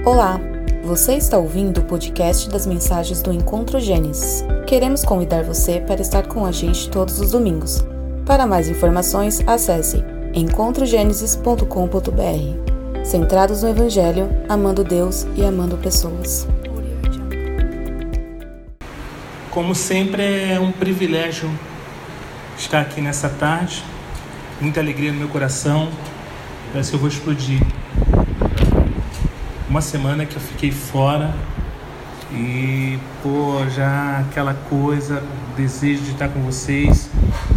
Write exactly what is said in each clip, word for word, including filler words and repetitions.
Olá, você está ouvindo o podcast das mensagens do Encontro Gênesis. Queremos convidar você para estar com a gente todos os domingos. Para mais informações, acesse encontro genesis ponto com ponto b r. Centrados no Evangelho, amando Deus e amando pessoas. Como sempre, é um privilégio estar aqui nessa tarde. Muita alegria no meu coração. Parece que eu vou explodir. Uma semana que eu fiquei fora e, pô, já aquela coisa, o desejo de estar com vocês.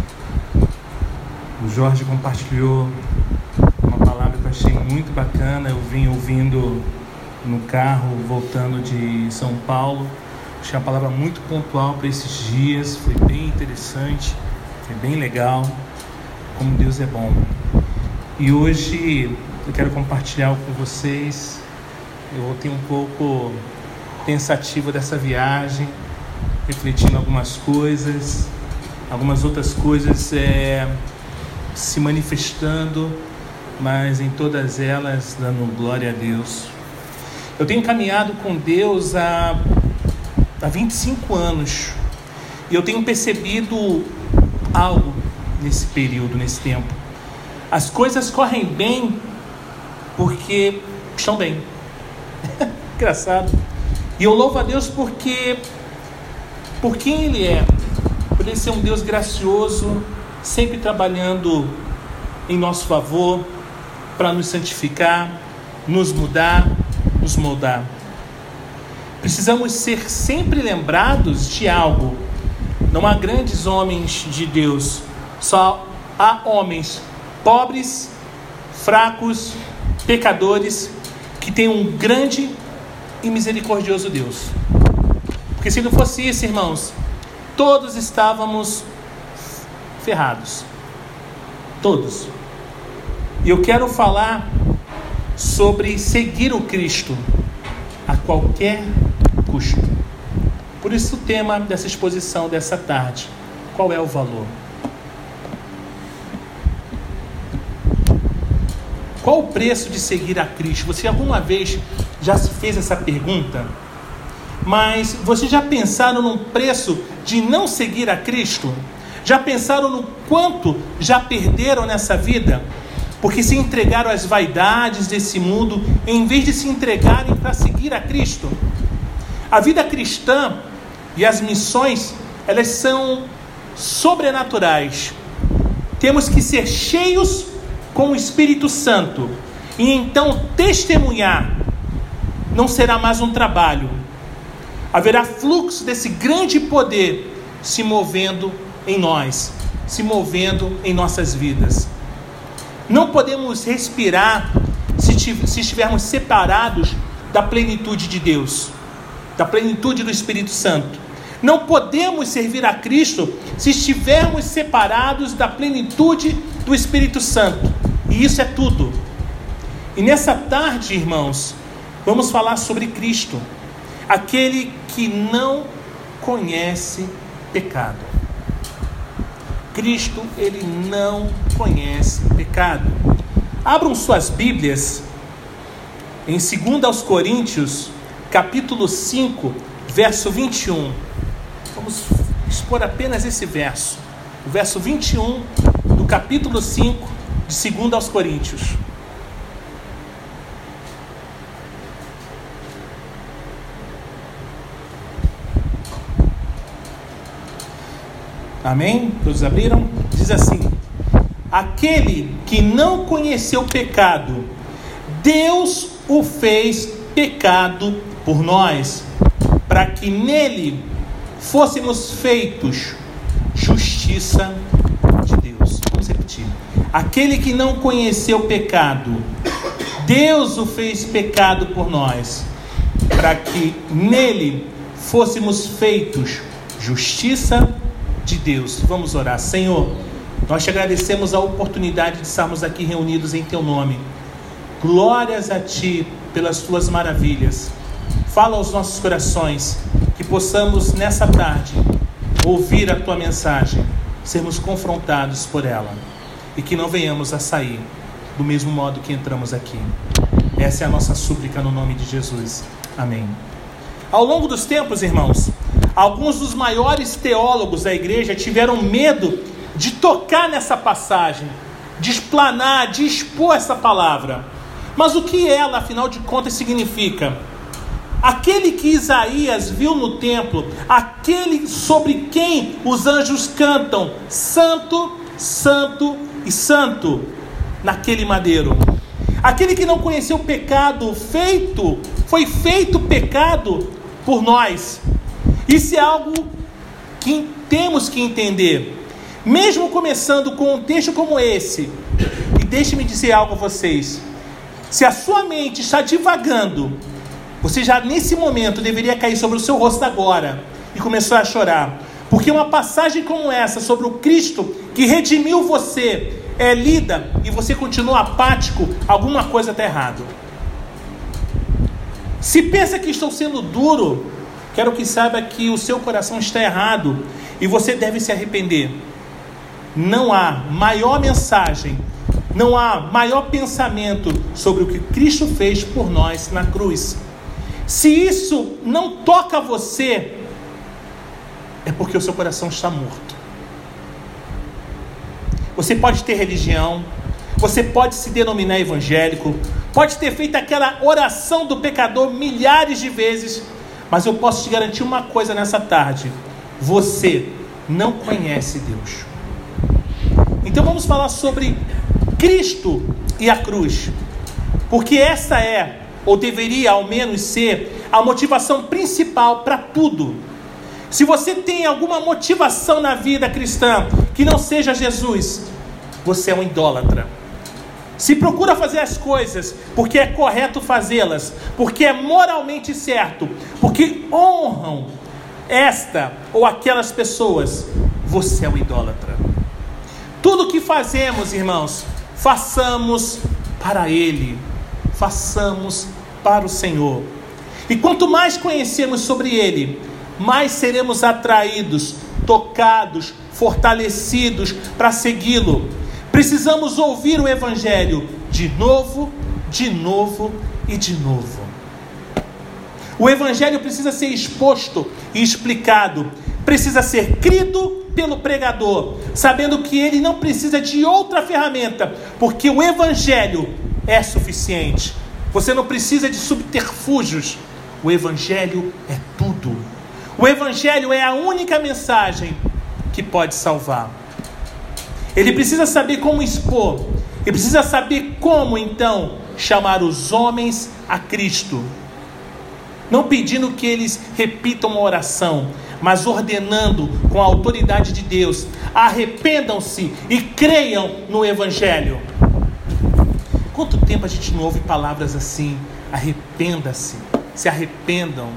O Jorge compartilhou uma palavra que eu achei muito bacana. Eu vim ouvindo no carro, voltando de São Paulo. Achei uma palavra muito pontual para esses dias. Foi bem interessante, foi bem legal. Como Deus é bom. E hoje eu quero compartilhar com vocês. Eu voltei um pouco pensativo dessa viagem, refletindo algumas coisas, algumas outras coisas é, se manifestando, mas em todas elas dando glória a Deus. Eu tenho caminhado com Deus há, há vinte e cinco anos e eu tenho percebido algo nesse período, nesse tempo. As coisas correm bem porque estão bem. Engraçado. E eu louvo a Deus porque por quem Ele é, por Ele ser um Deus gracioso, sempre trabalhando em nosso favor, para nos santificar, nos mudar, nos moldar. Precisamos ser sempre lembrados de algo. Não há grandes homens de Deus, só há homens pobres, fracos, pecadores, que têm um grande e misericordioso Deus. Porque se não fosse isso, irmãos, todos estávamos ferrados. Todos. E eu quero falar sobre seguir o Cristo a qualquer custo. Por isso o tema dessa exposição dessa tarde. Qual é o valor? Qual o preço de seguir a Cristo? Você alguma vez já se fez essa pergunta? Mas vocês já pensaram no preço de não seguir a Cristo? Já pensaram no quanto já perderam nessa vida? Porque se entregaram às vaidades desse mundo, em vez de se entregarem para seguir a Cristo. A vida cristã e as missões, elas são sobrenaturais. Temos que ser cheios com o Espírito Santo, e então testemunhar não será mais um trabalho. Haverá fluxo desse grande poder se movendo em nós, se movendo em nossas vidas. Não podemos respirar se, se estivermos separados da plenitude de Deus, da plenitude do Espírito Santo. Não podemos servir a Cristo se estivermos separados da plenitude do Espírito Santo. E isso é tudo. E nessa tarde, irmãos, vamos falar sobre Cristo, aquele que não conhece pecado. Cristo, ele não conhece pecado. Abram suas Bíblias em segunda aos Coríntios, capítulo cinco, verso vinte e um. Vamos expor apenas esse verso. O verso vinte e um do capítulo cinco, de segunda aos Coríntios. Amém? Todos abriram? Diz assim: aquele que não conheceu pecado, Deus o fez pecado por nós, para que nele fôssemos feitos justiça de Deus. Vamos repetir. Aquele que não conheceu pecado, Deus o fez pecado por nós, para que nele fôssemos feitos justiça de Deus. Vamos orar. Senhor, nós te agradecemos a oportunidade de estarmos aqui reunidos em teu nome. Glórias a ti pelas tuas maravilhas. Fala aos nossos corações, que possamos nessa tarde ouvir a tua mensagem, sermos confrontados por ela, e que não venhamos a sair do mesmo modo que entramos aqui. Essa é a nossa súplica no nome de Jesus. Amém. Ao longo dos tempos, irmãos, alguns dos maiores teólogos da igreja tiveram medo de tocar nessa passagem, de explanar, de expor essa palavra. Mas o que ela, afinal de contas, significa? Aquele que Isaías viu no templo, aquele sobre quem os anjos cantam santo, santo e santo, naquele madeiro. Aquele que não conheceu o pecado feito, foi feito pecado por nós. Isso é algo que temos que entender. Mesmo começando com um texto como esse, e deixe-me dizer algo a vocês, se a sua mente está divagando, você já nesse momento deveria cair sobre o seu rosto agora e começar a chorar, porque uma passagem como essa sobre o Cristo que redimiu você é lida e você continua apático, alguma coisa está errado. Se pensa que estou sendo duro, quero que saiba que o seu coração está errado e você deve se arrepender. Não há maior mensagem, não há maior pensamento sobre o que Cristo fez por nós na cruz. Se isso não toca você, é porque o seu coração está morto. Você pode ter religião, você pode se denominar evangélico, pode ter feito aquela oração do pecador milhares de vezes, mas eu posso te garantir uma coisa nessa tarde: você não conhece Deus. Então vamos falar sobre Cristo e a cruz, porque essa é, ou deveria ao menos ser, a motivação principal para tudo. Se você tem alguma motivação na vida cristã que não seja Jesus, você é um idólatra. Se procura fazer as coisas porque é correto fazê-las, porque é moralmente certo, porque honram esta ou aquelas pessoas, você é um idólatra. Tudo que fazemos, irmãos, façamos para Ele, façamos para o Senhor. E quanto mais conhecermos sobre Ele, mais seremos atraídos, tocados, fortalecidos para segui-lo. Precisamos ouvir o Evangelho de novo, de novo e de novo. O Evangelho precisa ser exposto e explicado, precisa ser crido pelo pregador, sabendo que ele não precisa de outra ferramenta, porque o Evangelho é suficiente. Você não precisa de subterfúgios. O Evangelho é tudo. O Evangelho é a única mensagem que pode salvar. Ele precisa saber como expor. Ele precisa saber como, então, chamar os homens a Cristo. Não pedindo que eles repitam uma oração, mas ordenando com a autoridade de Deus: arrependam-se e creiam no Evangelho. Quanto tempo a gente não ouve palavras assim? Arrependa-se, se arrependam.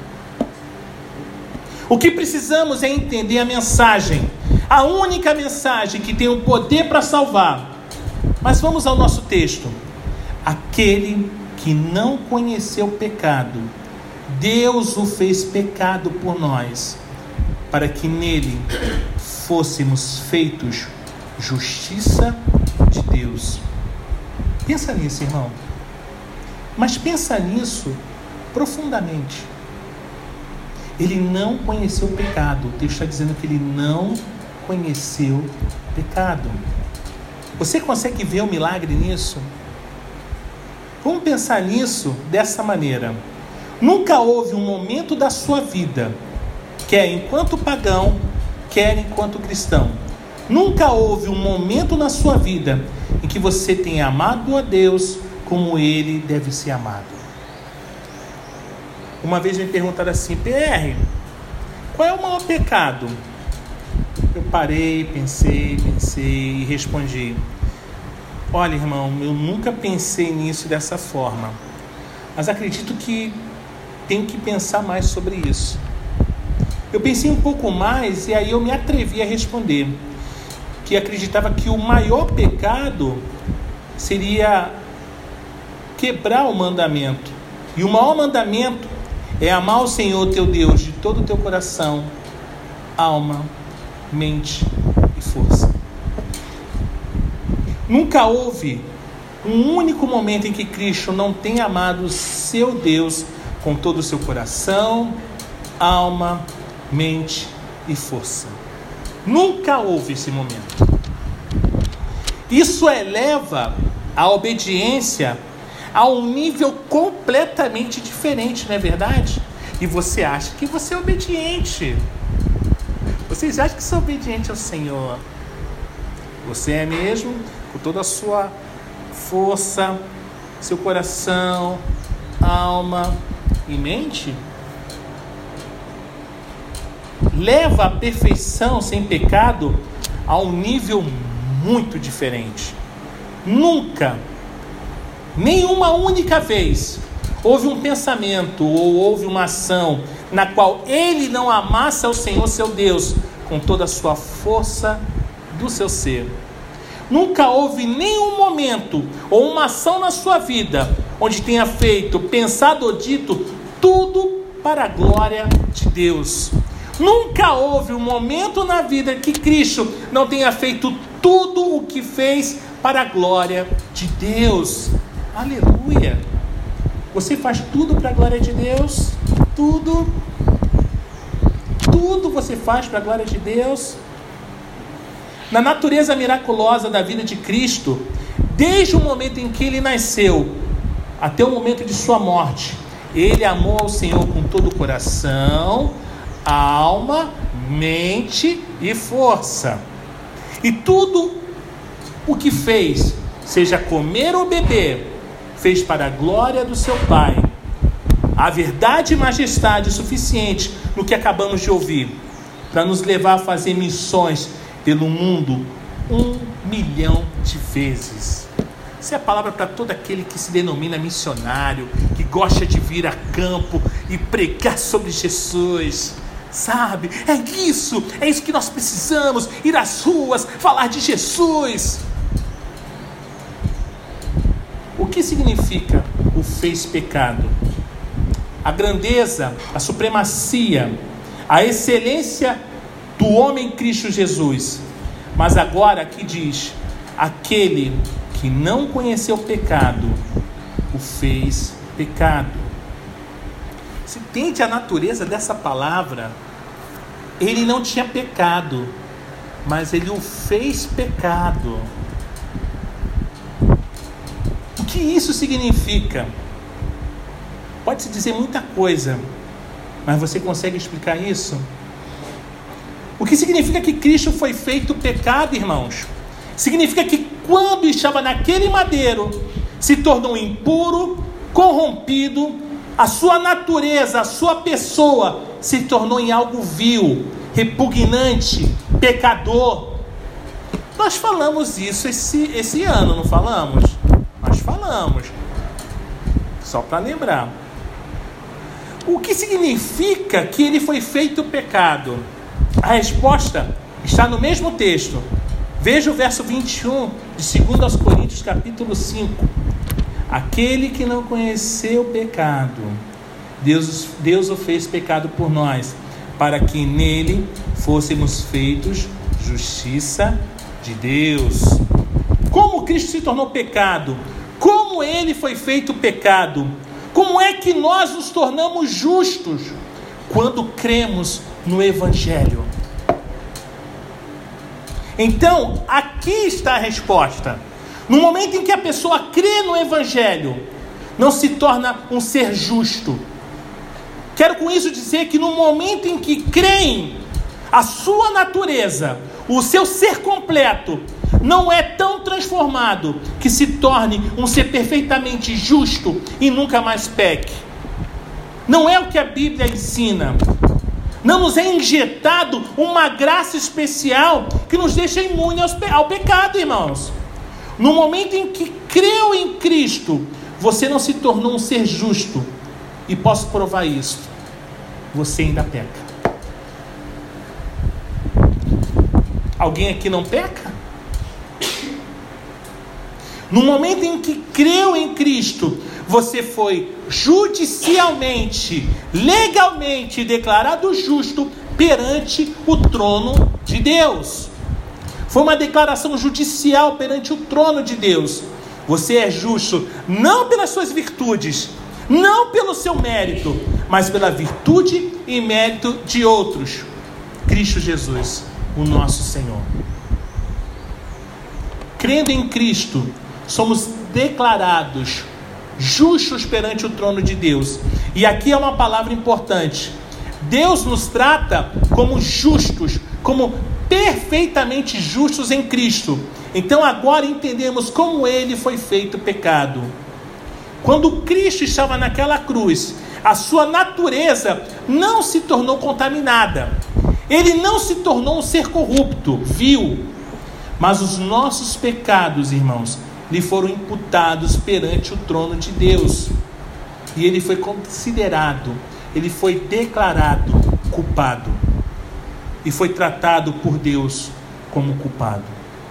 O que precisamos é entender a mensagem, a única mensagem que tem o poder para salvar. Mas vamos ao nosso texto. Aquele que não conheceu o pecado, Deus o fez pecado por nós, para que nele fôssemos feitos justiça de Deus. Pensa nisso, irmão. Mas pensa nisso profundamente. Ele não conheceu o pecado. O texto está dizendo que ele não conheceu o pecado. Você consegue ver o milagre nisso? Vamos pensar nisso dessa maneira. Nunca houve um momento da sua vida, quer enquanto pagão, quer enquanto cristão, nunca houve um momento na sua vida em que você tenha amado a Deus como Ele deve ser amado. Uma vez me perguntaram assim: P R, qual é o maior pecado? Eu parei, pensei, pensei e respondi: olha, irmão, eu nunca pensei nisso dessa forma, mas acredito que tenho que pensar mais sobre isso. Eu pensei um pouco mais e aí eu me atrevi a responder que acreditava que o maior pecado seria quebrar o mandamento. E o maior mandamento é amar o Senhor teu Deus de todo o teu coração, alma, mente e força. Nunca houve um único momento em que Cristo não tenha amado o seu Deus com todo o seu coração, alma, mente e força. Nunca houve esse momento. Isso eleva a obediência a um nível completamente diferente, não é verdade? E você acha que você é obediente. Vocês acham que são obedientes ao Senhor? Você é mesmo, com toda a sua força, seu coração, alma e mente? Leva a perfeição sem pecado a um nível muito diferente. Nunca, nenhuma única vez, houve um pensamento ou houve uma ação na qual ele não amasse ao Senhor seu Deus com toda a sua força do seu ser. Nunca houve nenhum momento ou uma ação na sua vida onde tenha feito, pensado ou dito tudo para a glória de Deus. Nunca houve um momento na vida que Cristo não tenha feito tudo o que fez para a glória de Deus. Aleluia! Você faz tudo para a glória de Deus? Tudo? Tudo você faz para a glória de Deus? Na natureza miraculosa da vida de Cristo, desde o momento em que ele nasceu até o momento de sua morte, ele amou ao Senhor com todo o coração, alma, mente e força. E tudo o que fez, seja comer ou beber, fez para a glória do seu Pai. A verdade e majestade suficiente no que acabamos de ouvir, para nos levar a fazer missões pelo mundo um milhão de vezes. Essa é a palavra para todo aquele que se denomina missionário, que gosta de vir a campo e pregar sobre Jesus. Sabe? É isso, é isso que nós precisamos, ir às ruas, falar de Jesus. O que significa o fez pecado? A grandeza, a supremacia, a excelência do homem Cristo Jesus. Mas agora aqui diz, aquele que não conheceu o pecado, o fez pecado. Se entende a natureza dessa palavra, ele não tinha pecado, mas ele o fez pecado. O que isso significa? Pode-se dizer muita coisa, mas você consegue explicar isso? O que significa que Cristo foi feito pecado, irmãos? Significa que quando estava naquele madeiro, se tornou impuro, corrompido, a sua natureza, a sua pessoa se tornou em algo vil, repugnante, pecador. Nós falamos isso esse, esse ano, não falamos? Nós falamos. Só para lembrar. O que significa que ele foi feito pecado? A resposta está no mesmo texto. Veja o verso vinte e um de dois aos Coríntios, capítulo cinco. Aquele que não conheceu o pecado, Deus, Deus o fez pecado por nós, para que nele fôssemos feitos justiça de Deus. Como Cristo se tornou pecado? Como ele foi feito pecado? Como é que nós nos tornamos justos? Quando cremos no Evangelho. Então, aqui está a resposta. No momento em que a pessoa crê no Evangelho, não se torna um ser justo. Quero com isso dizer que no momento em que creem, a sua natureza, o seu ser completo, não é tão transformado que se torne um ser perfeitamente justo e nunca mais peque. Não é o que a Bíblia ensina. Não nos é injetado uma graça especial que nos deixa imune ao pecado, irmãos. No momento em que creu em Cristo, você não se tornou um ser justo. E posso provar isso. Você ainda peca. Alguém aqui não peca? No momento em que creu em Cristo, você foi judicialmente, legalmente declarado justo perante o trono de Deus. Foi uma declaração judicial perante o trono de Deus. Você é justo não pelas suas virtudes, não pelo seu mérito, mas pela virtude e mérito de outros. Cristo Jesus, o nosso Senhor. Crendo em Cristo, somos declarados justos perante o trono de Deus. E aqui é uma palavra importante. Deus nos trata como justos, como perfeitamente justos em Cristo. Então agora entendemos como Ele foi feito pecado. Quando Cristo estava naquela cruz, a sua natureza não se tornou contaminada. Ele não se tornou um ser corrupto, vil. Mas os nossos pecados, irmãos, lhe foram imputados perante o trono de Deus. E ele foi considerado, ele foi declarado culpado. E foi tratado por Deus como culpado.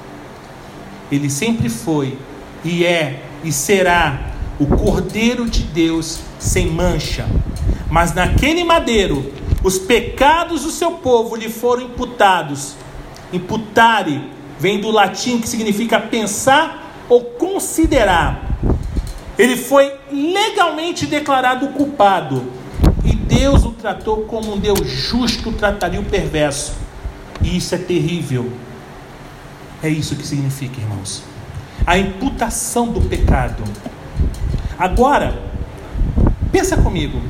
Ele sempre foi, e é, e será o Cordeiro de Deus sem mancha. Mas naquele madeiro, os pecados do seu povo lhe foram imputados. Imputare vem do latim, que significa pensar ou considerar. Ele foi legalmente declarado culpado. E Deus o tratou como um Deus justo trataria o perverso. E isso é terrível. É isso que significa, irmãos. A imputação do pecado. Agora, pensa comigo.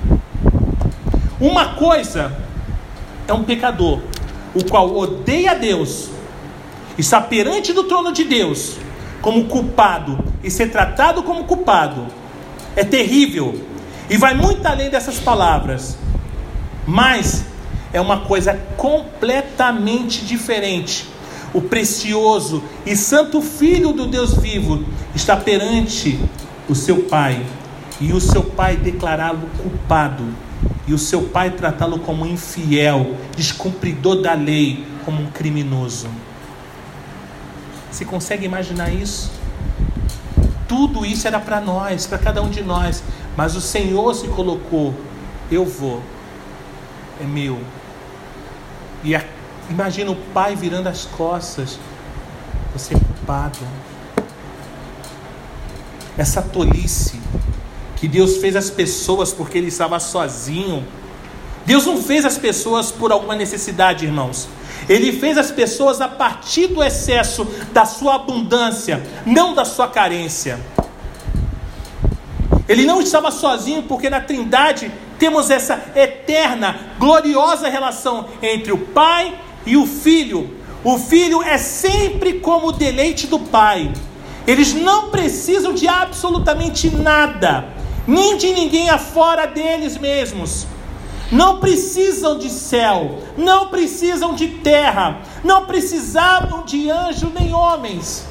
Uma coisa é um pecador, o qual odeia a Deus, está perante do trono de Deus como culpado e ser tratado como culpado. É terrível e vai muito além dessas palavras. Mas é uma coisa completamente diferente. O precioso e santo Filho do Deus vivo está perante o seu Pai, e o seu Pai declará-lo culpado, e o seu Pai tratá-lo como infiel, descumpridor da lei, como um criminoso. Você consegue imaginar isso? Tudo isso era para nós, para cada um de nós, mas o Senhor se colocou: eu vou, é meu. E a, imagina o Pai virando as costas: você é culpado. Essa tolice que Deus fez às pessoas porque Ele estava sozinho. Deus não fez as pessoas por alguma necessidade, irmãos. Ele fez as pessoas a partir do excesso da sua abundância, não da sua carência. Ele não estava sozinho porque na Trindade temos essa eterna, gloriosa relação entre o Pai e o Filho. O Filho é sempre como o deleite do Pai. Eles não precisam de absolutamente nada, nem de ninguém afora deles mesmos. Não precisam de céu, não precisam de terra, não precisavam de anjo nem homens.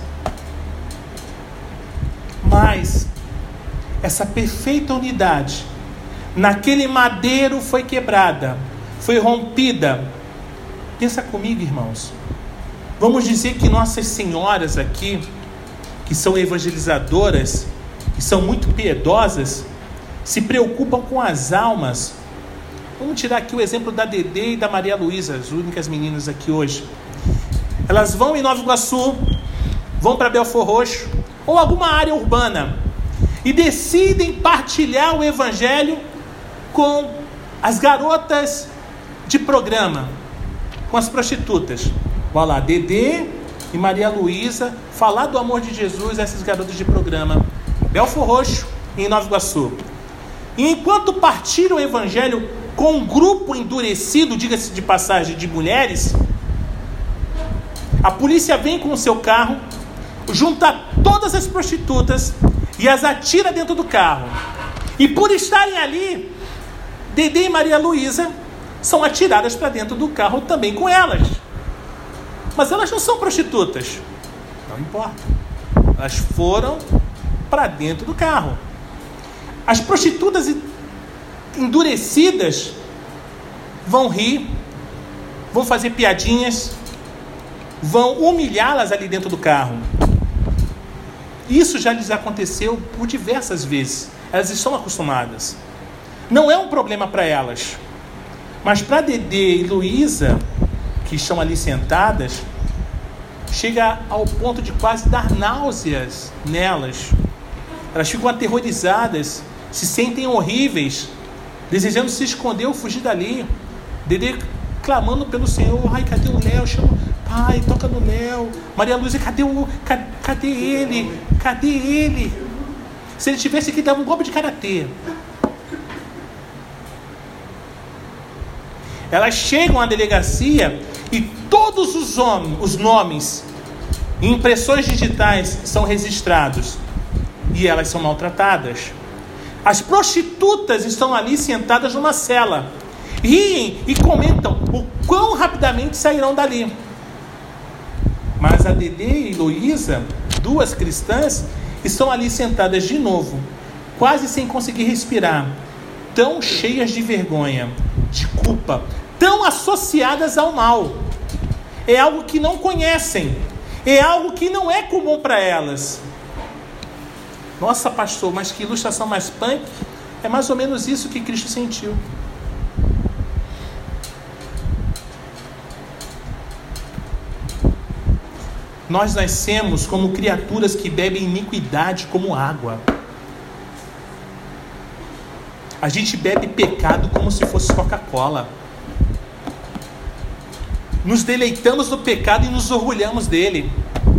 Mas essa perfeita unidade naquele madeiro foi quebrada, foi rompida. Pensa comigo, irmãos. Vamos dizer que nossas senhoras aqui, que são evangelizadoras, que são muito piedosas, se preocupam com as almas. Vamos tirar aqui o exemplo da Dedê e da Maria Luísa, as únicas meninas aqui hoje. Elas vão em Nova Iguaçu, vão para Belfor Roxo, ou alguma área urbana, e decidem partilhar o evangelho com as garotas de programa, com as prostitutas. Vai lá, Dedê e Maria Luísa, falar do amor de Jesus a essas garotas de programa, Belfor Roxo e em Nova Iguaçu. E enquanto partilham o evangelho com um grupo endurecido, diga-se de passagem, de mulheres, a polícia vem com o seu carro, junta todas as prostitutas e as atira dentro do carro. E por estarem ali, Dedê e Maria Luísa são atiradas para dentro do carro também com elas. Mas elas não são prostitutas. Não importa. Elas foram para dentro do carro. As prostitutas endurecidas vão rir, vão fazer piadinhas, vão humilhá-las ali dentro do carro. Isso já lhes aconteceu por diversas vezes. Elas estão acostumadas. Não é um problema para elas. Mas para Dedê e Luísa, que estão ali sentadas, chega ao ponto de quase dar náuseas nelas. Elas ficam aterrorizadas, se sentem horríveis, desejando se esconder ou fugir dali. Dedê clamando pelo Senhor: ai, cadê o Léo? Chama, pai, toca no Léo. Maria Lúcia, cadê o, cadê, cadê ele? Cadê ele? Se ele tivesse aqui, dava um golpe de karatê. Elas chegam à delegacia e todos os, homens, os nomes e impressões digitais são registrados. E elas são maltratadas. As prostitutas estão ali sentadas numa cela. Riem e comentam o quão rapidamente sairão dali. Mas a Dedê e Heloísa, duas cristãs, estão ali sentadas de novo, quase sem conseguir respirar, tão cheias de vergonha, de culpa, tão associadas ao mal. É algo que não conhecem, é algo que não é comum para elas. Nossa, pastor, mas que ilustração mais punk. É mais ou menos isso que Cristo sentiu. Nós nascemos como criaturas que bebem iniquidade como água. A gente bebe pecado como se fosse Coca-Cola. Nos deleitamos no pecado e nos orgulhamos dele.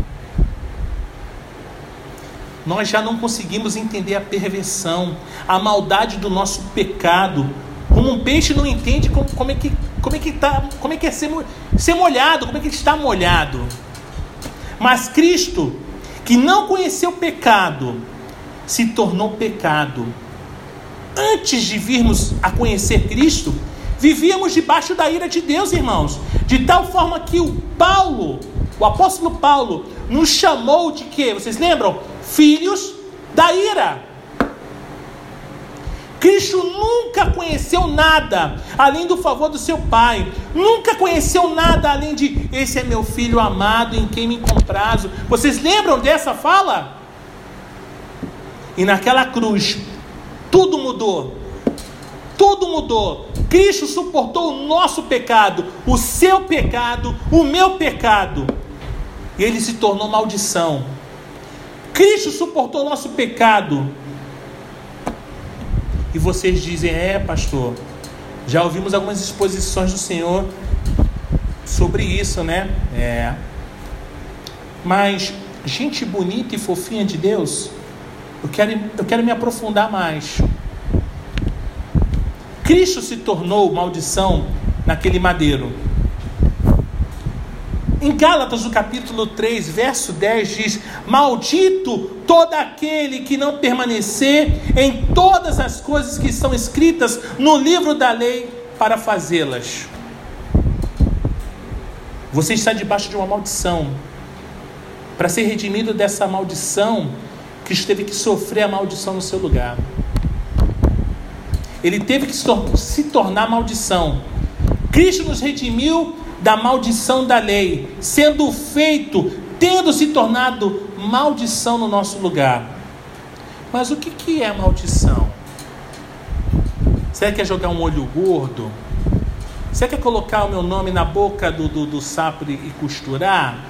Nós já não conseguimos entender a perversão, a maldade do nosso pecado. Como um peixe não entende como, como é que, como é que, tá, como é, que é ser, ser molhado, como é que ele está molhado. Mas Cristo, que não conheceu pecado, se tornou pecado. Antes de virmos a conhecer Cristo, vivíamos debaixo da ira de Deus, irmãos. De tal forma que o Paulo, o apóstolo Paulo, nos chamou de quê? Vocês lembram? Filhos da ira. Cristo nunca conheceu nada além do favor do seu Pai. Nunca conheceu nada além de: esse é meu filho amado em quem me comprazo. Vocês lembram dessa fala? E naquela cruz, tudo mudou. Tudo mudou. Cristo suportou o nosso pecado, o seu pecado, o meu pecado. E ele se tornou maldição. Cristo suportou o nosso pecado. E vocês dizem: é, pastor, já ouvimos algumas exposições do Senhor sobre isso, né? É. Mas gente bonita e fofinha de Deus, eu quero, eu quero me aprofundar mais. Cristo se tornou maldição naquele madeiro. Em Gálatas, no capítulo três, verso dez, diz: maldito todo aquele que não permanecer em todas as coisas que estão escritas no livro da lei para fazê-las. Você está debaixo de uma maldição. Para ser redimido dessa maldição, Cristo teve que sofrer a maldição no seu lugar. Ele teve que se tornar maldição. Cristo nos redimiu da maldição da lei, sendo feito, tendo se tornado maldição no nosso lugar. Mas o que, que é maldição? Será que é jogar um olho gordo? Será que é colocar o meu nome na boca do, do, do sapo e costurar?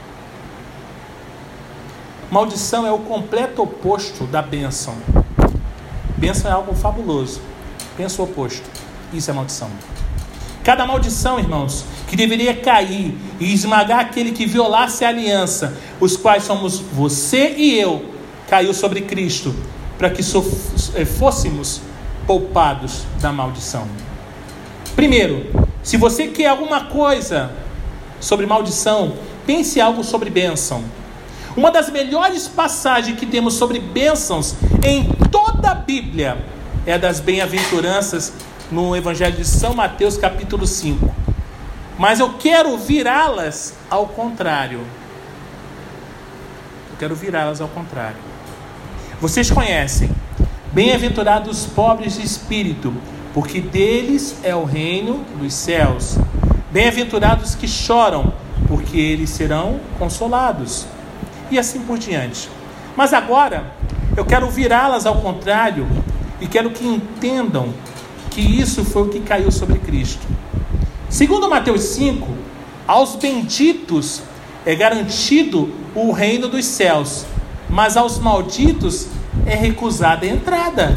Maldição é o completo oposto da bênção. Bênção é algo fabuloso. Pensa o oposto. Isso é maldição. Cada maldição, irmãos, que deveria cair e esmagar aquele que violasse a aliança, os quais somos você e eu, caiu sobre Cristo, para que fôssemos poupados da maldição. Primeiro, se você quer alguma coisa sobre maldição, pense algo sobre bênção. Uma das melhores passagens que temos sobre bênçãos em toda a Bíblia é a das bem-aventuranças no Evangelho de São Mateus, capítulo cinco. Mas eu quero virá-las ao contrário. Eu quero virá-las ao contrário. Vocês conhecem: bem-aventurados os pobres de espírito, porque deles é o reino dos céus. Bem-aventurados que choram, porque eles serão consolados. E assim por diante. Mas agora, eu quero virá-las ao contrário e quero que entendam que isso foi o que caiu sobre Cristo. Segundo Mateus cinco, aos benditos é garantido o reino dos céus, mas aos malditos é recusada a entrada.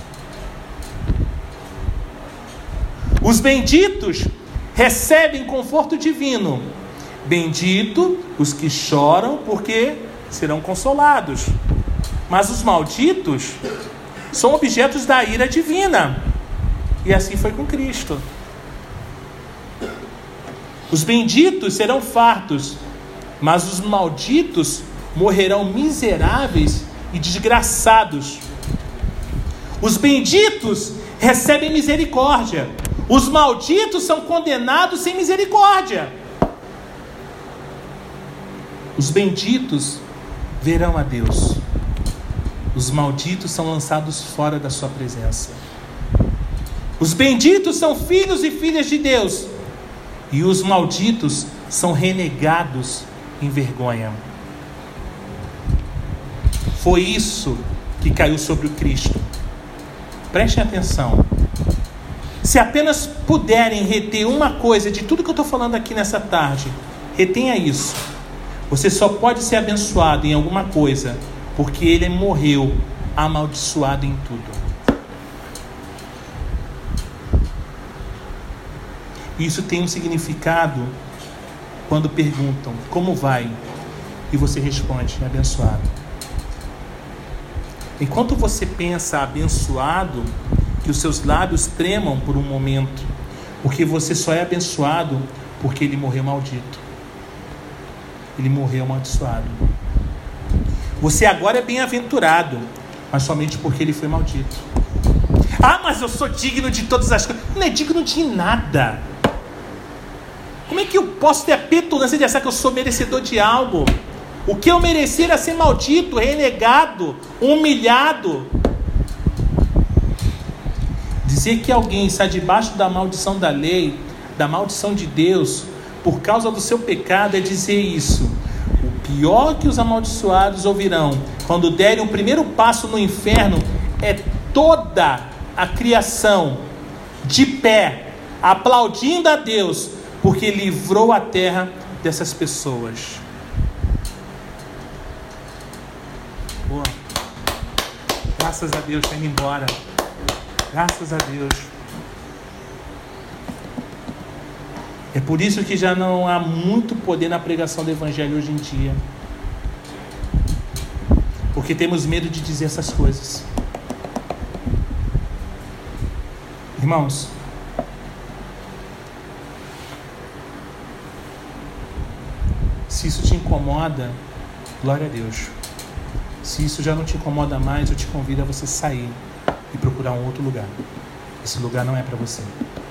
Os benditos recebem conforto divino. Bendito os que choram, porque serão consolados. Mas os malditos são objetos da ira divina. E assim foi com Cristo. Os benditos serão fartos, mas os malditos morrerão miseráveis e desgraçados. Os benditos recebem misericórdia. Os malditos são condenados sem misericórdia. Os benditos verão a Deus. Os malditos são lançados fora da sua presença. Os benditos são filhos e filhas de Deus. E os malditos são renegados em vergonha. Foi isso que caiu sobre o Cristo. Prestem atenção. Se apenas puderem reter uma coisa de tudo que eu estou falando aqui nessa tarde, retenha isso. Você só pode ser abençoado em alguma coisa porque ele morreu amaldiçoado em tudo. Isso tem um significado quando perguntam como vai e você responde abençoado. Enquanto você pensa abençoado, que os seus lábios tremam por um momento, porque você só é abençoado porque ele morreu maldito. Ele morreu amaldiçoado. Você agora é bem-aventurado, mas somente porque ele foi maldito. Ah, mas eu sou digno de todas as coisas. Não é digno de nada. Como é que eu posso ter a petulância de achar que eu sou merecedor de algo? O que eu merecer era ser maldito, renegado, humilhado. Dizer que alguém está debaixo da maldição da lei, da maldição de Deus, por causa do seu pecado, é dizer isso. O pior que os amaldiçoados ouvirão quando derem o primeiro passo no inferno é toda a criação de pé, aplaudindo a Deus, porque livrou a terra dessas pessoas. Boa. Graças a Deus, está indo embora. Graças a Deus. É por isso que já não há muito poder na pregação do Evangelho hoje em dia. Porque temos medo de dizer essas coisas. Irmãos, se isso te incomoda, glória a Deus. Se isso já não te incomoda mais, eu te convido a você sair e procurar um outro lugar. Esse lugar não é para você.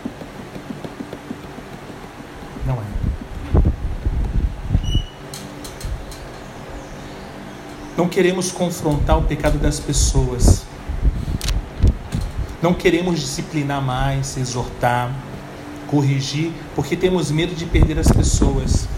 Não é. Não queremos confrontar o pecado das pessoas. Não queremos disciplinar mais, exortar, corrigir, porque temos medo de perder as pessoas.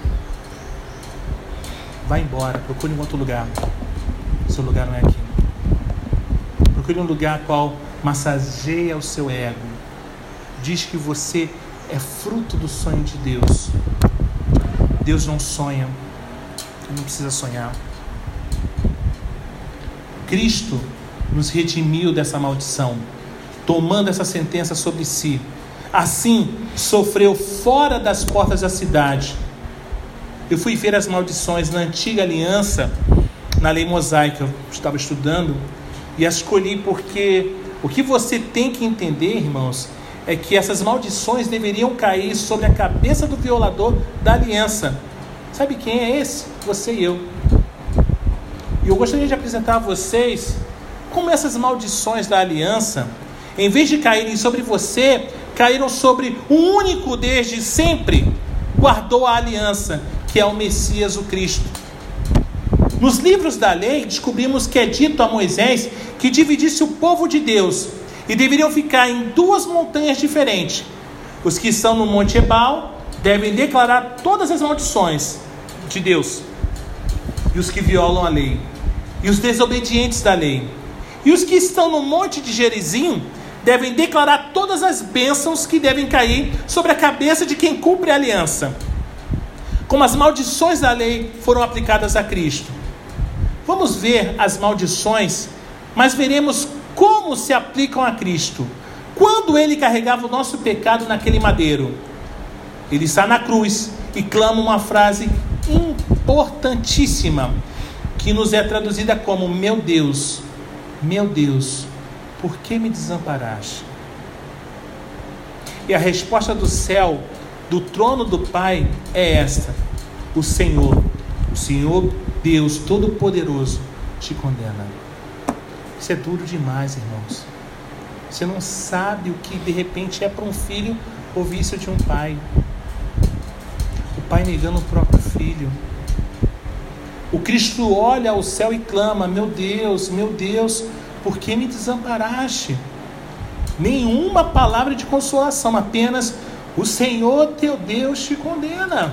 Vá embora, procure um outro lugar. Seu lugar não é aqui. Procure um lugar qual massageia o seu ego. Diz que você é fruto do sonho de Deus. Deus não sonha. Ele não precisa sonhar. Cristo nos redimiu dessa maldição, tomando essa sentença sobre si. Assim, sofreu fora das portas da cidade. Eu fui ver as maldições na antiga aliança, na lei mosaica. Eu estava estudando e as escolhi porque o que você tem que entender, irmãos, é que essas maldições deveriam cair sobre a cabeça do violador da aliança. Sabe quem é esse? Você e eu. E eu gostaria de apresentar a vocês como essas maldições da aliança, em vez de caírem sobre você, caíram sobre o único desde sempre guardou a aliança, que é o Messias, o Cristo. Nos livros da lei, descobrimos que é dito a Moisés que dividisse o povo de Deus e deveriam ficar em duas montanhas diferentes. Os que estão no Monte Ebal devem declarar todas as maldições de Deus, e os que violam a lei, e os desobedientes da lei. E os que estão no Monte de Gerizim devem declarar todas as bênçãos que devem cair sobre a cabeça de quem cumpre a aliança. como as maldições da lei foram aplicadas a Cristo. Vamos ver as maldições, mas veremos como se aplicam a Cristo. Quando ele carregava o nosso pecado naquele madeiro, ele está na cruz e clama uma frase importantíssima, que nos é traduzida como: meu Deus, meu Deus, por que me desamparaste? E a resposta do céu, do trono do Pai, é esta: o Senhor, o Senhor Deus Todo-Poderoso te condena. Isso é duro demais, irmãos. Você não sabe o que de repente é para um filho ouvir isso de um pai. O pai negando o próprio filho. O Cristo olha ao céu e clama: meu Deus, meu Deus, por que me desamparaste? Nenhuma palavra de consolação, apenas: o Senhor teu Deus te condena.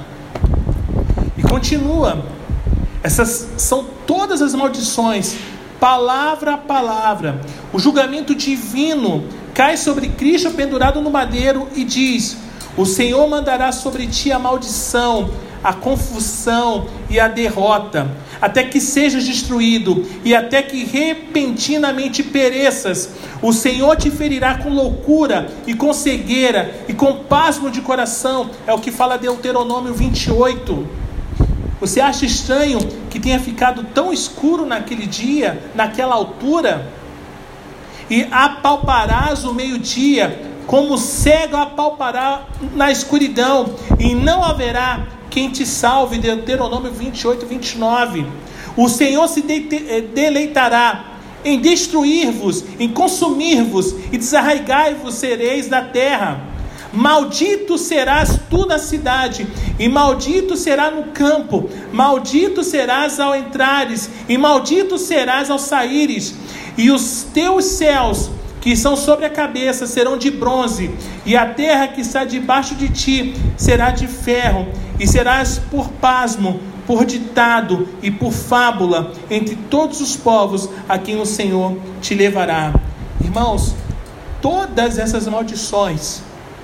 E continua. Essas são todas as maldições, palavra a palavra. O julgamento divino cai sobre Cristo pendurado no madeiro e diz: o Senhor mandará sobre ti a maldição, a confusão e a derrota, até que sejas destruído e até que repentinamente pereças. O Senhor te ferirá com loucura e com cegueira e com pasmo de coração. É o que fala Deuteronômio vinte e oito. Você acha estranho que tenha ficado tão escuro naquele dia, naquela altura? E apalparás o meio-dia, como cego apalpará na escuridão, e não haverá quem te salve. Deuteronômio vinte e oito, vinte e nove. O Senhor se deleitará em destruir-vos, em consumir-vos, e desarraigai-vos sereis da terra. Maldito serás tu na cidade, e maldito será no campo. Maldito serás ao entrares, e maldito serás ao saíres. E os teus céus, que são sobre a cabeça, serão de bronze, e a terra que está debaixo de ti será de ferro, e serás por pasmo, por ditado e por fábula entre todos os povos a quem o Senhor te levará. Irmãos, todas essas maldições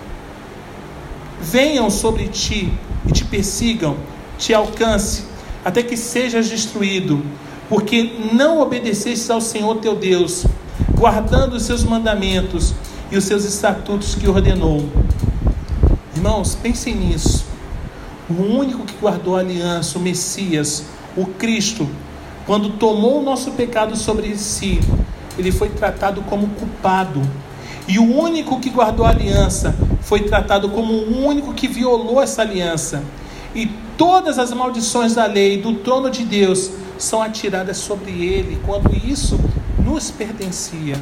venham sobre ti e te persigam, te alcance, até que sejas destruído, porque não obedecestes ao Senhor teu Deus, guardando os seus mandamentos e os seus estatutos que ordenou. Irmãos, pensem nisso. O único que guardou a aliança, o Messias, o Cristo, quando tomou o nosso pecado sobre si, ele foi tratado como culpado. E o único que guardou a aliança foi tratado como o único que violou essa aliança. E todas as maldições da lei, do trono de Deus, são atiradas sobre ele, quando isso nos pertencia.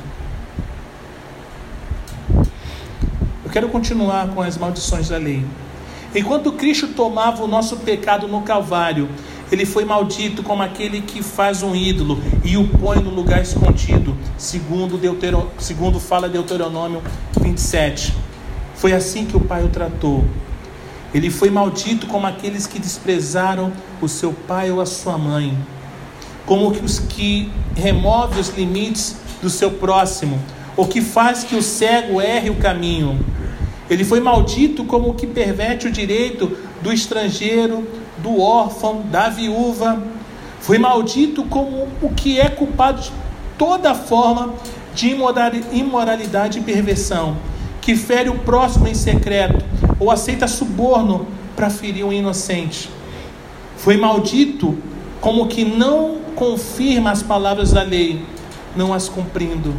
Eu quero continuar com as maldições da lei. Enquanto Cristo tomava o nosso pecado no Calvário, ele foi maldito como aquele que faz um ídolo e o põe no lugar escondido, segundo, Deutero, segundo fala Deuteronômio vinte e sete. Foi assim que o Pai o tratou. Ele foi maldito como aqueles que desprezaram o seu pai ou a sua mãe, como os que removem os limites do seu próximo, ou que faz que o cego erre o caminho. Ele foi maldito como o que perverte o direito do estrangeiro, do órfão, da viúva. Foi maldito como o que é culpado de toda forma de imoralidade e perversão, que fere o próximo em secreto, ou aceita suborno para ferir um inocente. Foi maldito como o que não confirma as palavras da lei, não as cumprindo.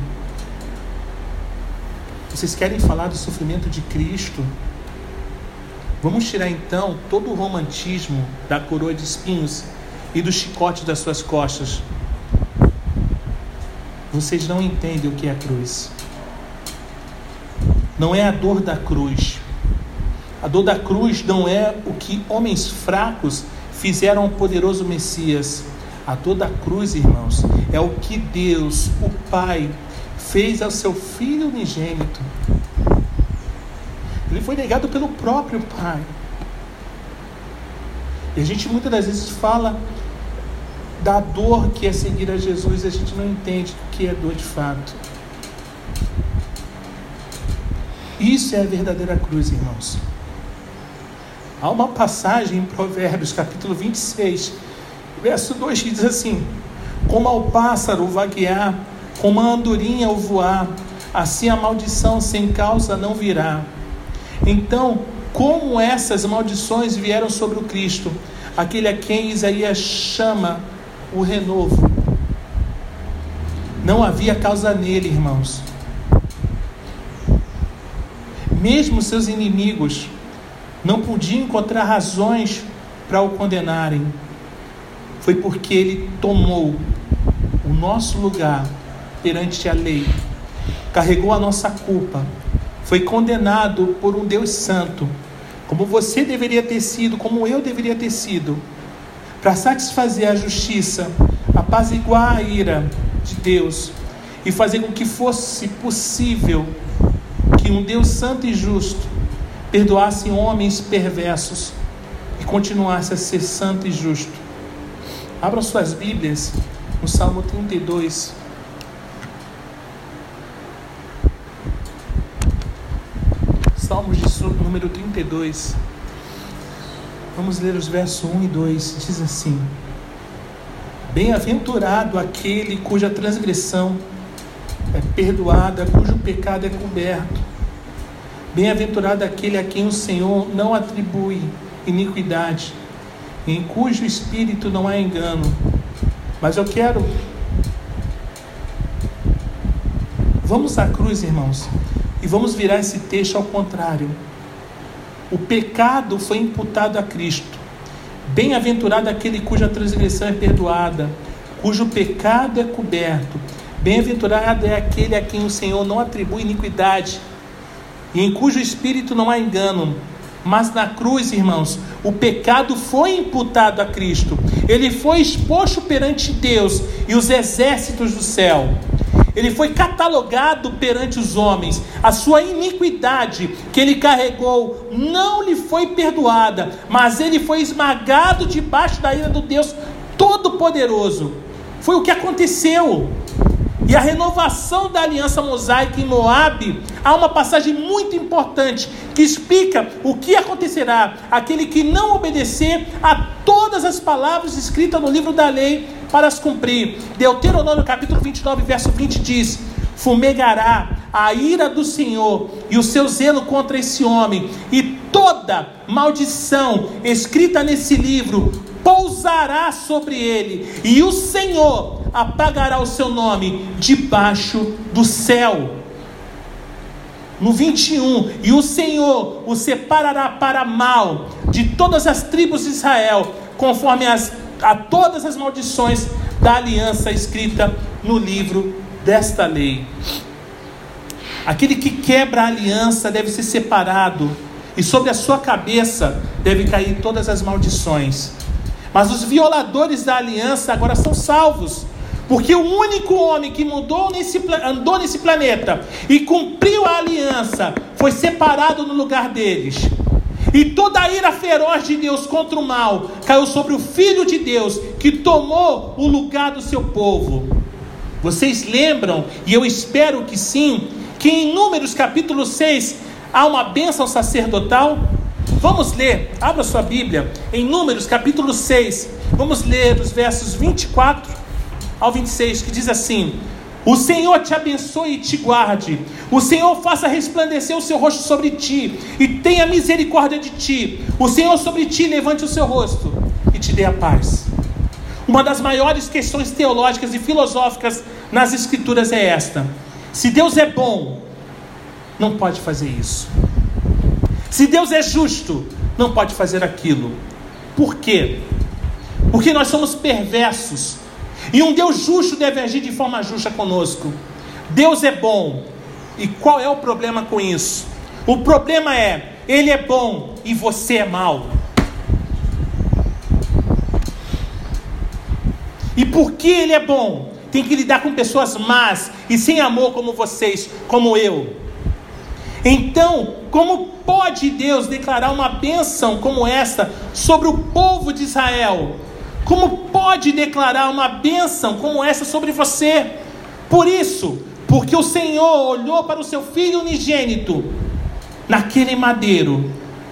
Vocês querem falar do sofrimento de Cristo? Vamos tirar então todo o romantismo da coroa de espinhos e do chicote das suas costas. Vocês não entendem o que é a cruz. Não é a dor da cruz. A dor da cruz não é o que homens fracos fizeram ao poderoso Messias. A dor da cruz, irmãos, é o que Deus, o Pai, fez ao seu Filho unigênito. Ele foi negado pelo próprio Pai. E a gente muitas das vezes fala da dor que é seguir a Jesus, e a gente não entende o que é dor de fato. Isso é a verdadeira cruz, irmãos. Há uma passagem em Provérbios, capítulo vinte e seis, verso dois, que diz assim: como ao pássaro vaguear, como a andorinha ao voar, assim a maldição sem causa não virá. Então, como essas maldições vieram sobre o Cristo, aquele a quem Isaías chama o renovo. Não havia causa nele, irmãos. Mesmo seus inimigos não podiam encontrar razões para o condenarem. Foi porque ele tomou o nosso lugar perante a lei, carregou a nossa culpa, foi condenado por um Deus santo, como você deveria ter sido, como eu deveria ter sido, para satisfazer a justiça, apaziguar a ira de Deus e fazer com que fosse possível que um Deus santo e justo perdoasse homens perversos e continuasse a ser santo e justo. Abram suas Bíblias no Salmo trinta e dois. Salmos de número trinta e dois. Vamos ler os versos um e dois. Diz assim: bem-aventurado aquele cuja transgressão é perdoada, cujo pecado é coberto. Bem-aventurado aquele a quem o Senhor não atribui iniquidade, em cujo espírito não há engano. Mas eu quero... Vamos à cruz, irmãos, e vamos virar esse texto ao contrário. O pecado foi imputado a Cristo. Bem-aventurado aquele cuja transgressão é perdoada, cujo pecado é coberto. Bem-aventurado é aquele a quem o Senhor não atribui iniquidade, e em cujo espírito não há engano. Mas na cruz, irmãos, o pecado foi imputado a Cristo. Ele foi exposto perante Deus e os exércitos do céu. Ele foi catalogado perante os homens. A sua iniquidade que ele carregou não lhe foi perdoada, mas ele foi esmagado debaixo da ira do Deus Todo-Poderoso. Foi o que aconteceu. E a renovação da aliança mosaica em Moabe, há uma passagem muito importante que explica o que acontecerá aquele que não obedecer a todas as palavras escritas no livro da lei para as cumprir. Deuteronômio capítulo vinte e nove, verso vinte diz: fumegará a ira do Senhor e o seu zelo contra esse homem, e toda maldição escrita nesse livro pousará sobre ele, e o Senhor apagará o seu nome debaixo do céu. No vinte e um, e o Senhor o separará para mal de todas as tribos de Israel, conforme as, a todas as maldições da aliança escrita no livro desta lei. Aquele que quebra a aliança deve ser separado, e sobre a sua cabeça deve cair todas as maldições. Mas os violadores da aliança agora são salvos, porque o único homem que mudou nesse, andou nesse planeta e cumpriu a aliança foi separado no lugar deles. E toda a ira feroz de Deus contra o mal caiu sobre o Filho de Deus, que tomou o lugar do seu povo. Vocês lembram, e eu espero que sim, que em Números capítulo seis há uma bênção sacerdotal? Vamos ler, abra sua Bíblia, em Números capítulo seis, vamos ler os versos vinte e quatro ao vinte e seis, que diz assim: o Senhor te abençoe e te guarde, o Senhor faça resplandecer o seu rosto sobre ti, e tenha misericórdia de ti, o Senhor sobre ti levante o seu rosto, e te dê a paz. Uma das maiores questões teológicas e filosóficas nas Escrituras é esta: se Deus é bom, não pode fazer isso. Se Deus é justo, não pode fazer aquilo. Por quê? Porque nós somos perversos, e um Deus justo deve agir de forma justa conosco. Deus é bom, e qual é o problema com isso? O problema é, Ele é bom e você é mau. E porque Ele é bom, tem que lidar com pessoas más e sem amor como vocês, como eu. Então, como pode Deus declarar uma bênção como esta sobre o povo de Israel? Como pode declarar uma bênção como essa sobre você? Por isso, porque o Senhor olhou para o seu Filho unigênito naquele madeiro,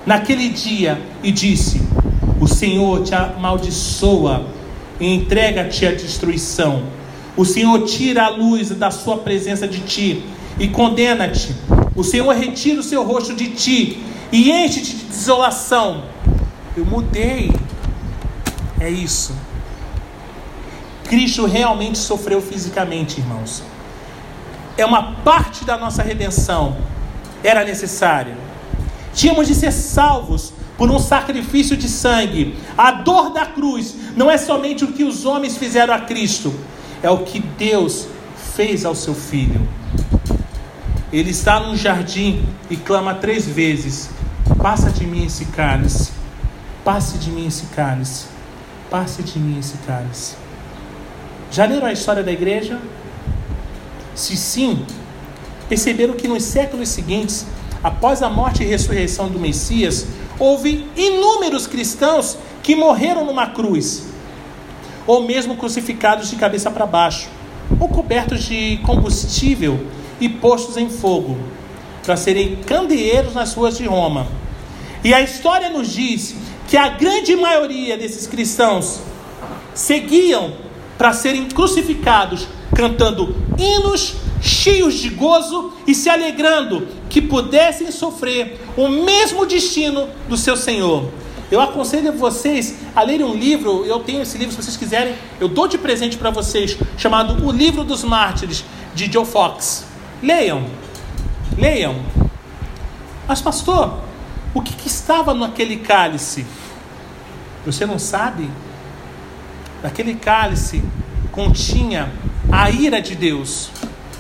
naquele dia e disse: o Senhor te amaldiçoa e entrega-te à destruição. O Senhor tira a luz da sua presença de ti e condena-te. O Senhor retira o seu rosto de ti e enche-te de desolação. Eu mudei. É isso. Cristo realmente sofreu fisicamente, irmãos. É uma parte da nossa redenção. Era necessário. Tínhamos de ser salvos por um sacrifício de sangue. A dor da cruz não é somente o que os homens fizeram a Cristo, é o que Deus fez ao seu Filho. Ele está num jardim e clama três vezes: passa de mim esse cálice, passe de mim esse cálice, passe de mim esse cálice. Já leram a história da igreja? Se sim, perceberam que nos séculos seguintes, após a morte e ressurreição do Messias, houve inúmeros cristãos que morreram numa cruz, ou mesmo crucificados de cabeça para baixo, ou cobertos de combustível e postos em fogo, para serem candeeiros nas ruas de Roma. E a história nos diz que a grande maioria desses cristãos seguiam para serem crucificados, cantando hinos cheios de gozo e se alegrando que pudessem sofrer o mesmo destino do seu Senhor. Eu aconselho vocês a lerem um livro. Eu tenho esse livro, se vocês quiserem, eu dou de presente para vocês, chamado O Livro dos Mártires, de Joe Fox. Leiam, leiam. Mas pastor, o que, que estava naquele cálice? Você não sabe? Naquele cálice continha a ira de Deus.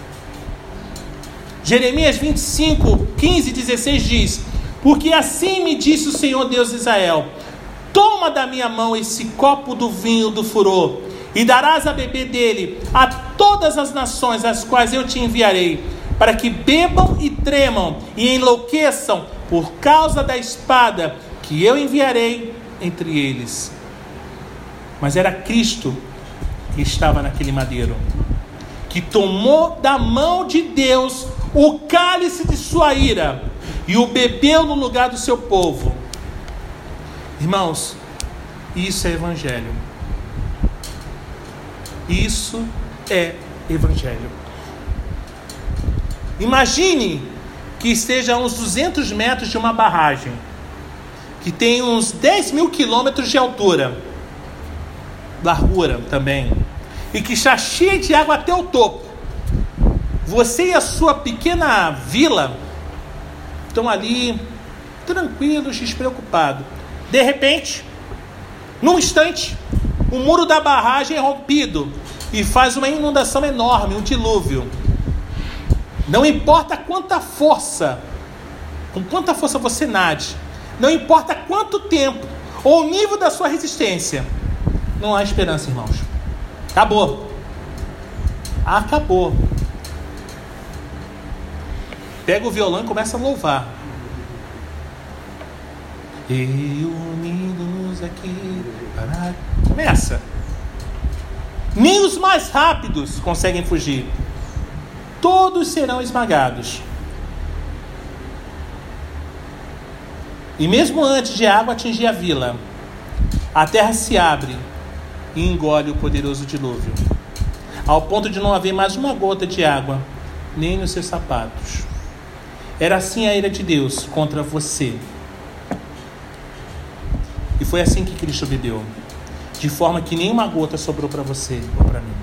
Jeremias vinte e cinco, quinze e dezesseis diz: porque assim me disse o Senhor Deus de Israel: toma da minha mão esse copo do vinho do furor, e darás a beber dele a todas as nações às quais eu te enviarei, para que bebam e tremam e enlouqueçam por causa da espada que eu enviarei entre eles. Mas era Cristo que estava naquele madeiro, que tomou da mão de Deus o cálice de sua ira e o bebeu no lugar do seu povo. Irmãos, isso é evangelho. Isso é evangelho. Imagine que esteja a uns duzentos metros de uma barragem, que tem uns dez mil quilômetros de altura, largura também, e que está cheia de água até o topo. Você e a sua pequena vila estão ali, tranquilos, despreocupados. De repente, num instante, o muro da barragem é rompido e faz uma inundação enorme, um dilúvio. Não importa quanta força, com quanta força você nade, não importa quanto tempo ou o nível da sua resistência, não há esperança, irmãos. Acabou. Acabou. Pega o violão e começa a louvar. Reunindo-nos aqui para... Começa. Nem os mais rápidos conseguem fugir. Todos serão esmagados. E mesmo antes de a água atingir a vila, a terra se abre e engole o poderoso dilúvio, ao ponto de não haver mais uma gota de água, nem nos seus sapatos. Era assim a ira de Deus contra você. E foi assim que Cristo bebeu, de forma que nenhuma gota sobrou para você ou para mim.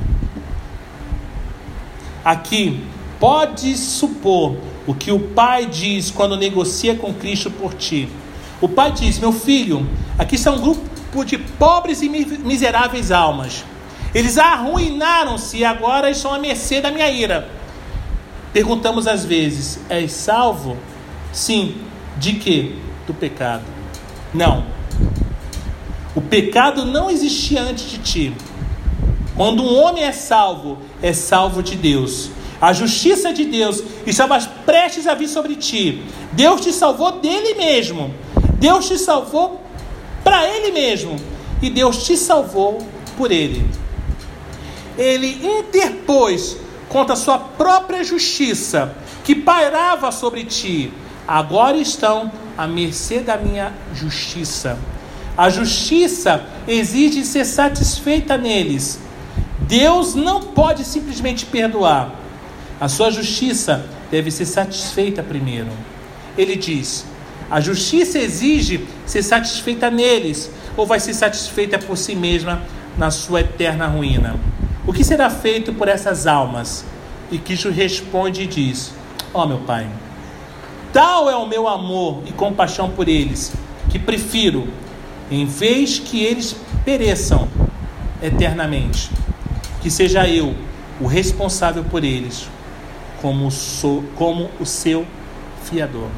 Aqui, pode supor o que o Pai diz quando negocia com Cristo por ti. O Pai diz: meu filho, aqui está um grupo de pobres e miseráveis almas. Eles arruinaram-se e agora estão à mercê da minha ira. Perguntamos às vezes: és salvo? Sim. De quê? Do pecado. Não. O pecado não existia antes de ti. Quando um homem é salvo, é salvo de Deus. A justiça de Deus estava prestes a vir sobre ti. Deus te salvou dele mesmo. Deus te salvou para ele mesmo. E Deus te salvou por ele. Ele interpôs contra a sua própria justiça, que pairava sobre ti. Agora estão à mercê da minha justiça. A justiça exige ser satisfeita neles. Deus não pode simplesmente perdoar. A sua justiça deve ser satisfeita primeiro. Ele diz: a justiça exige ser satisfeita neles, ou vai ser satisfeita por si mesma na sua eterna ruína. O que será feito por essas almas? E Cristo responde e diz: ó meu Pai, tal é o meu amor e compaixão por eles, que prefiro, em vez que eles pereçam eternamente, que seja eu o responsável por eles, como, sou, como o seu fiador.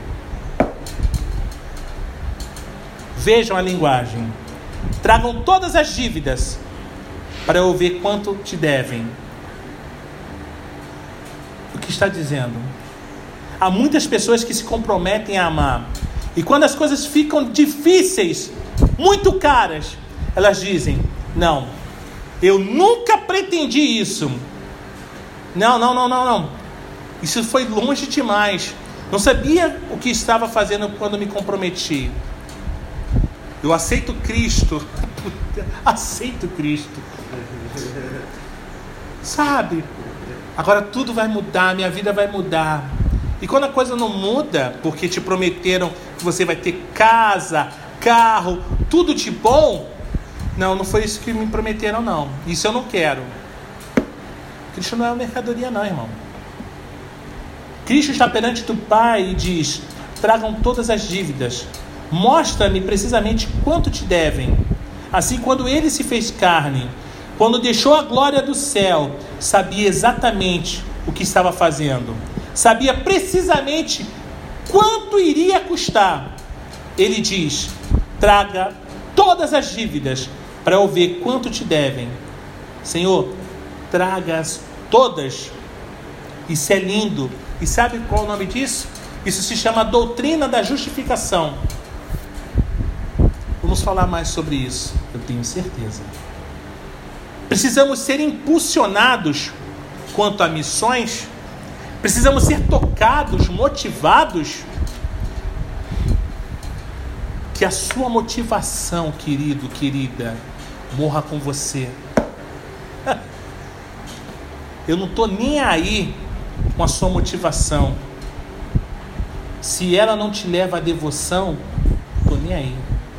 Vejam a linguagem. Tragam todas as dívidas, para eu ver quanto te devem. O que está dizendo? Há muitas pessoas que se comprometem a amar, e quando as coisas ficam difíceis, muito caras, elas dizem: não, eu nunca pretendi isso. Não, não, não, não, não. Isso foi longe demais. Não sabia o que estava fazendo quando me comprometi. Eu aceito Cristo. Aceito Cristo. Sabe? Agora tudo vai mudar, minha vida vai mudar. E quando a coisa não muda, porque te prometeram que você vai ter casa, carro, tudo de bom, não, não foi isso que me prometeram, não. Isso eu não quero. Cristo não é uma mercadoria, não, irmão. Cristo está perante do Pai e diz: tragam todas as dívidas, mostra-me precisamente quanto te devem. Assim, quando ele se fez carne, quando deixou a glória do céu, sabia exatamente o que estava fazendo, sabia precisamente quanto iria custar. Ele diz: traga todas as dívidas, para eu ver quanto te devem. Senhor, traga-as todas. Isso é lindo. E sabe qual é o nome disso? Isso se chama doutrina da justificação. Vamos falar mais sobre isso, eu tenho certeza. Precisamos ser impulsionados quanto a missões. Precisamos ser tocados, motivados. Que a sua motivação, querido, querida, morra com você. Eu não estou nem aí com a sua motivação. Se ela não te leva à devoção, estou nem aí.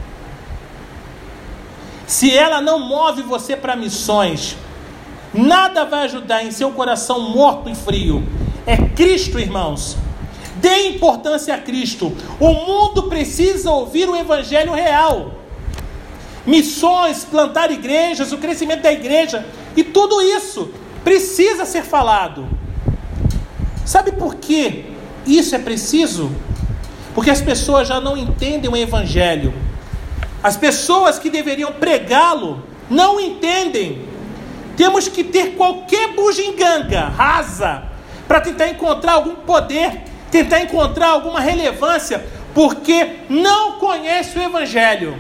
Se ela não move você para missões, nada vai ajudar em seu coração morto e frio. É Cristo, irmãos. Dê importância a Cristo. O mundo precisa ouvir o evangelho real. Missões, plantar igrejas, o crescimento da igreja, e tudo isso precisa ser falado. Sabe por que isso é preciso? Porque as pessoas já não entendem o evangelho. As pessoas que deveriam pregá-lo não entendem. Temos que ter qualquer bugiganga rasa para tentar encontrar algum poder, tentar encontrar alguma relevância, porque não conhece o evangelho.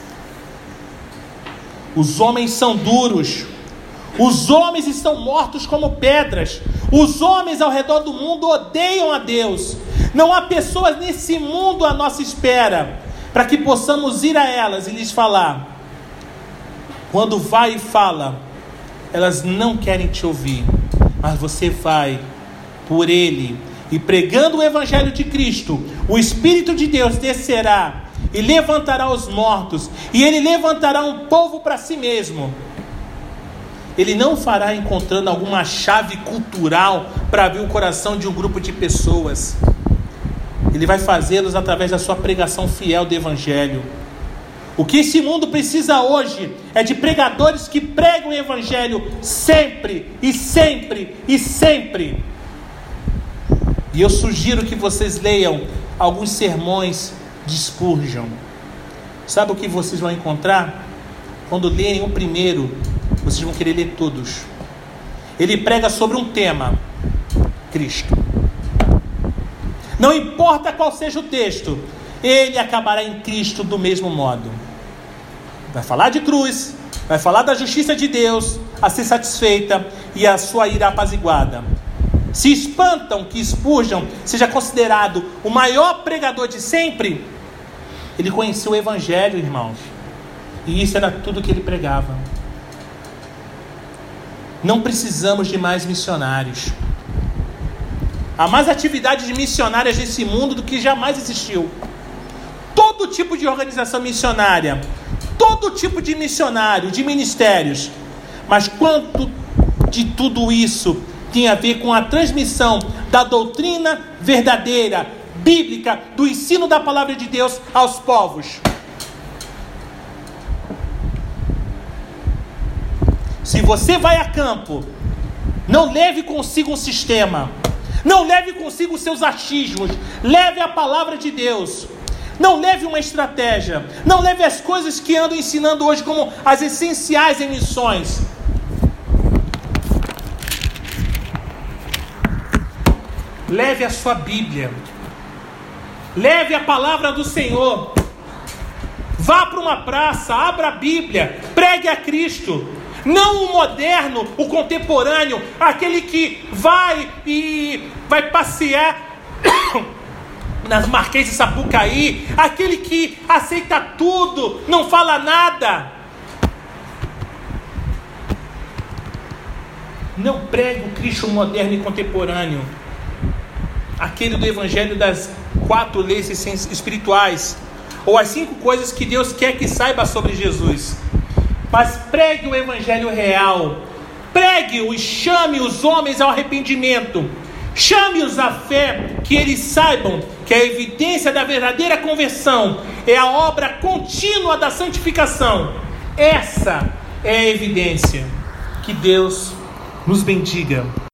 Os homens são duros. Os homens estão mortos como pedras. Os homens ao redor do mundo odeiam a Deus. Não há pessoas nesse mundo à nossa espera, para que possamos ir a elas e lhes falar. Quando vai e fala, elas não querem te ouvir, mas você vai por ele, e pregando o evangelho de Cristo, o Espírito de Deus descerá e levantará os mortos, e ele levantará um povo para si mesmo. Ele não fará encontrando alguma chave cultural para abrir o coração de um grupo de pessoas. Ele vai fazê-los através da sua pregação fiel do evangelho. O que esse mundo precisa hoje é de pregadores que pregam o evangelho sempre, e sempre, e sempre. E eu sugiro que vocês leiam alguns sermões de Spurgeon. Sabe o que vocês vão encontrar? Quando lerem o primeiro, vocês vão querer ler todos. Ele prega sobre um tema: Cristo. Não importa qual seja o texto, ele acabará em Cristo do mesmo modo. Vai falar de cruz, vai falar da justiça de Deus a ser satisfeita e a sua ira apaziguada. Se espantam que Spurgeon seja considerado o maior pregador de sempre, Ele conheceu o Evangelho, irmãos. E isso era tudo que ele pregava. Não precisamos de mais missionários. Há mais atividades missionárias nesse mundo do que jamais existiu. Todo tipo de organização missionária, todo tipo de missionário, de ministérios. Mas quanto de tudo isso tem a ver com a transmissão da doutrina verdadeira, bíblica, do ensino da palavra de Deus aos povos? Se você vai a campo, não leve consigo um sistema, não leve consigo os seus achismos, leve a palavra de Deus. Não leve uma estratégia, não leve as coisas que ando ensinando hoje como as essenciais em missões. Leve a sua Bíblia, leve a palavra do Senhor. Vá para uma praça, abra a Bíblia, pregue a Cristo. Não o moderno, o contemporâneo, aquele que vai e vai passear nas Marquês de Sapucaí, aquele que aceita tudo, não fala nada. Não pregue o Cristo moderno e contemporâneo, aquele do Evangelho das quatro leis espirituais, ou as cinco coisas que Deus quer que saiba sobre Jesus. Mas pregue o Evangelho real, pregue-o e chame os homens ao arrependimento, chame-os à fé, que eles saibam que a evidência da verdadeira conversão é a obra contínua da santificação. Essa é a evidência. Que Deus nos bendiga.